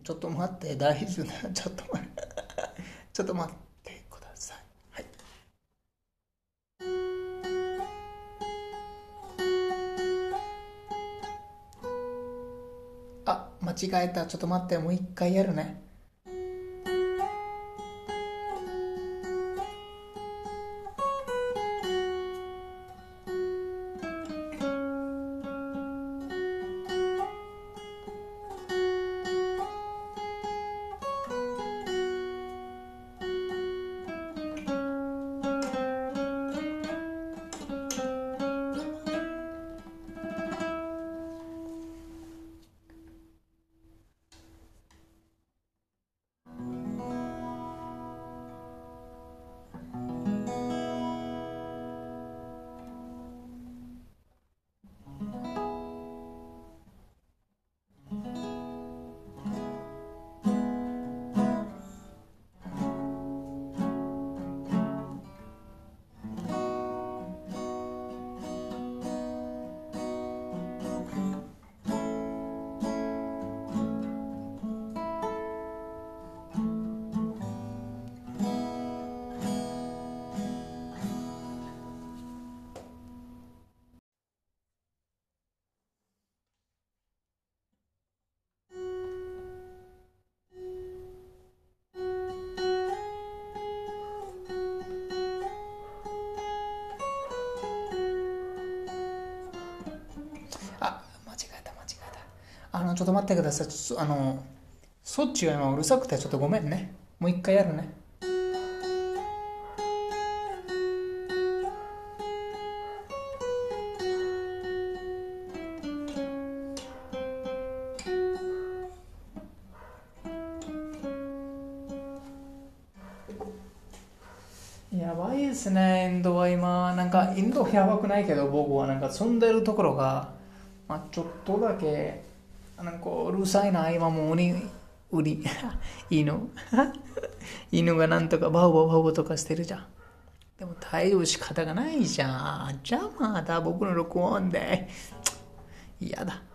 ちょっと待って、大丈夫だ。ちょっと待って。ちょっと待ってください。はい。あ、間違えた。ちょっと待って。もう一回やるね。あ、間違えた、間違えた。ちょっと待ってください。そっちが今うるさくてちょっとごめんね。もう一回やるね。やばいですね、インドは今。なんか、インドやばくないけど、僕はなんか住んでるところが、まあ、ちょっとだけ、なんかうるさいな、今もうり、犬犬がなんとかバウバウバウバウとかしてるじゃん。でも対応仕方がないじゃん。じゃあまた僕の録音で。嫌だ。